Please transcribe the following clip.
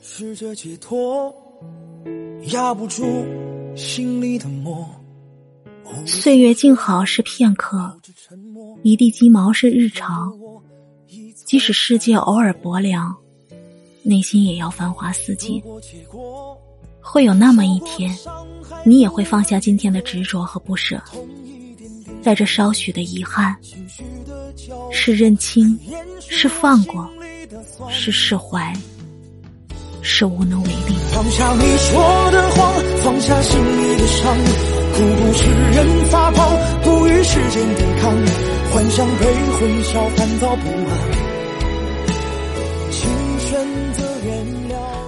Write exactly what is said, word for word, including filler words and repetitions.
试着解脱，压不住心里的魔。 岁月静好是片刻，一地鸡毛是日常。即使世界偶尔薄凉，内心也要繁华似锦。会有那么一天，你也会放下今天的执着和不舍，带着少许的遗憾，是认清，是放过，是释怀，是无能为力。 放下你说的谎，放下心里的伤，苦不使人发胖，不与时间对抗，幻想被混淆，烦躁不安，请选择原谅。